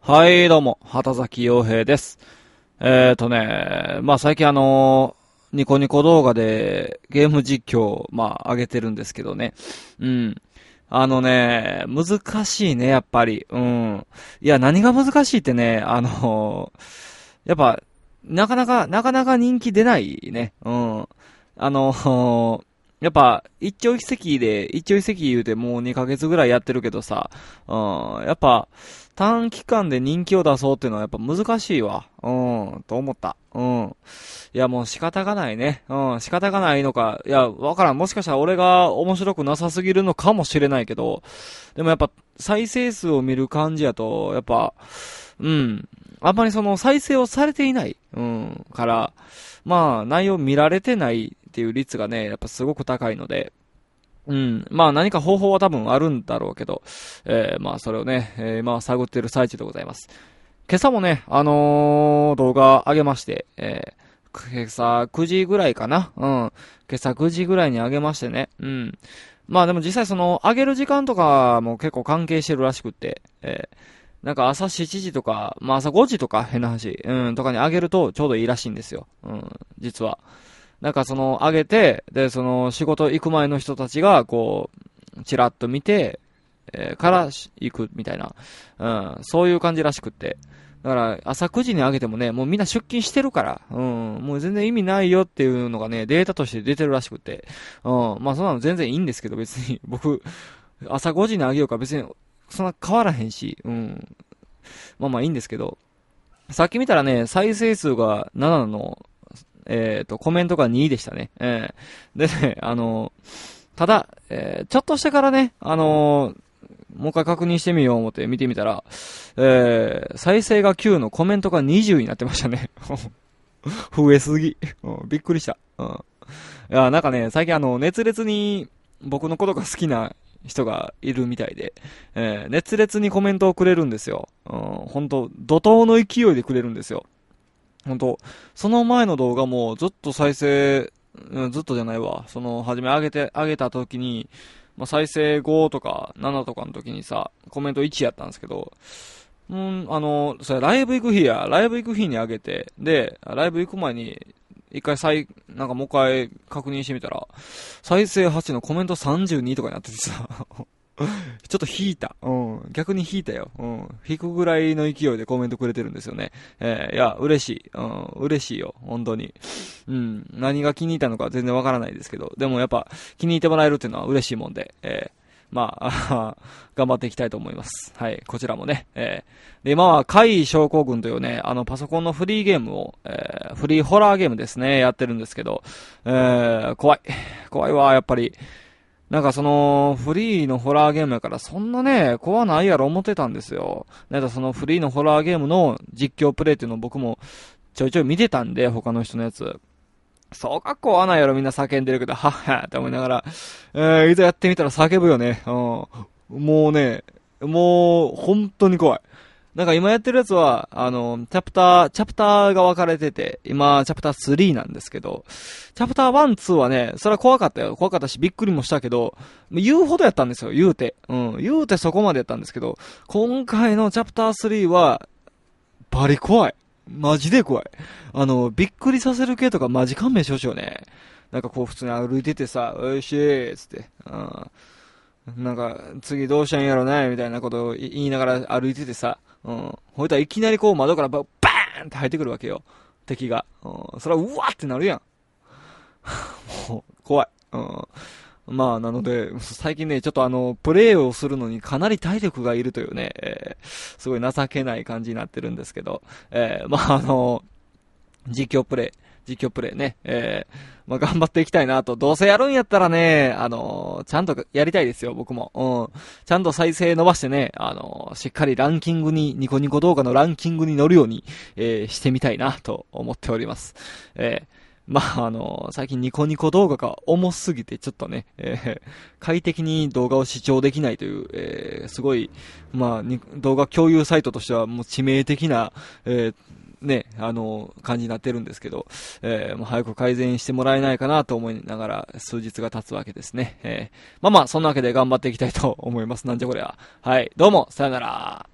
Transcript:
はい、どうも、畑崎洋平です。最近ニコニコ動画でゲーム実況、上げてるんですけどね。うん。難しいね、やっぱり。うん。いや、何が難しいってね、やっぱ、なかなか人気出ないね。うん。やっぱ、一朝一夕言うてもう2ヶ月ぐらいやってるけどさ、うん、やっぱ、短期間で人気を出そうっていうのはやっぱ難しいわ。うん、と思った。うん。いや、もう仕方がないね。うん、仕方がないのか。いや、わからん。もしかしたら俺が面白くなさすぎるのかもしれないけど、でもやっぱ、再生数を見る感じやと、やっぱ、うん、あんまりその再生をされていない。うん、から、内容見られてないっていう率がね、やっぱすごく高いので、うん。何か方法は多分あるんだろうけど、それをね、今は探っている最中でございます。今朝もね、動画上げまして、今朝9時ぐらいかな。うん。今朝9時ぐらいに上げましてね。うん。でも実際その、上げる時間とかも結構関係してるらしくって、なんか朝7時とか、朝5時とか変な話、うん、とかに上げるとちょうどいいらしいんですよ。うん、実は。なんかその、上げて、で、その、仕事行く前の人たちが、こう、チラッと見て、から行くみたいな、うん、そういう感じらしくって。だから、朝9時に上げてもね、もうみんな出勤してるから、うん、もう全然意味ないよっていうのがね、データとして出てるらしくって。うん、そんなの全然いいんですけど、別に、僕、朝5時に上げようか別に、そんな変わらへんし、うん。いいんですけど、さっき見たらね、再生数が7の、コメントが2でしたね。でね、ただ、ちょっとしてからね、もう一回確認してみよう思って見てみたら、再生が9のコメントが20になってましたね。増えすぎ。びっくりした。うん。いや、なんかね、最近熱烈に僕のことが好きな人がいるみたいで、熱烈にコメントをくれるんですよ。本当怒涛の勢いでくれるんですよ。本当その前の動画もずっと再生、ずっとじゃないわ。その、初め上げた時に、再生5とか7とかの時にさ、コメント1やったんですけど、それライブ行く日や、ライブ行く日に上げて、で、ライブ行く前に、なんかもう一回確認してみたら、再生8のコメント32とかになっててさ、ちょっと引いた。うん。逆に引いたよ。うん。引くぐらいの勢いでコメントくれてるんですよね。いや、嬉しい。うん。嬉しいよ。本当に。うん。何が気に入ったのか全然わからないですけど、でもやっぱ気に入ってもらえるっていうのは嬉しいもんで、頑張っていきたいと思います。はい。こちらもね。で、今は怪異症候群というね、パソコンのフリーゲームを、フリーホラーゲームですね、やってるんですけど、怖い。怖いわ、やっぱり。なんかその、フリーのホラーゲームやからそんなね、怖ないやろ思ってたんですよ。なんかそのフリーのホラーゲームの実況プレイっていうのを僕もちょいちょい見てたんで、他の人のやつ。そうか怖ないやろみんな叫んでるけど、はっはって思いながら、いざやってみたら叫ぶよね。うん。もうね、もう、本当に怖い。なんか今やってるやつは、チャプターが分かれてて、今、チャプター3なんですけど、チャプター1、2はね、それは怖かったよ。怖かったし、びっくりもしたけど、言うほどやったんですよ、言うて。うん、言うてそこまでやったんですけど、今回のチャプター3は、バリ怖い。マジで怖い。びっくりさせる系とかマジ勘弁してほしいよね。なんかこう普通に歩いててさ、おいしいつって、なんか、次どうしたんやろな、みたいなことを言いながら歩いててさ、ほいたらいきなりこう窓からバーンって入ってくるわけよ。敵が。それはうわってなるやん。もう、怖い。なので、最近ね、ちょっとプレイをするのにかなり体力がいるというね、すごい情けない感じになってるんですけど、実況プレイね、頑張っていきたいなと。どうせやるんやったらね、ちゃんとやりたいですよ、僕も。ちゃんと再生伸ばしてね、しっかりランキングに、ニコニコ動画のランキングに乗るように、してみたいなと思っております。最近ニコニコ動画が重すぎて、ちょっとね、快適に動画を視聴できないという、すごい、動画共有サイトとしてはもう致命的な、感じになってるんですけど、もう早く改善してもらえないかなと思いながら数日が経つわけですね。そんなわけで頑張っていきたいと思います。なんじゃこりゃ。はい、どうも、さよなら。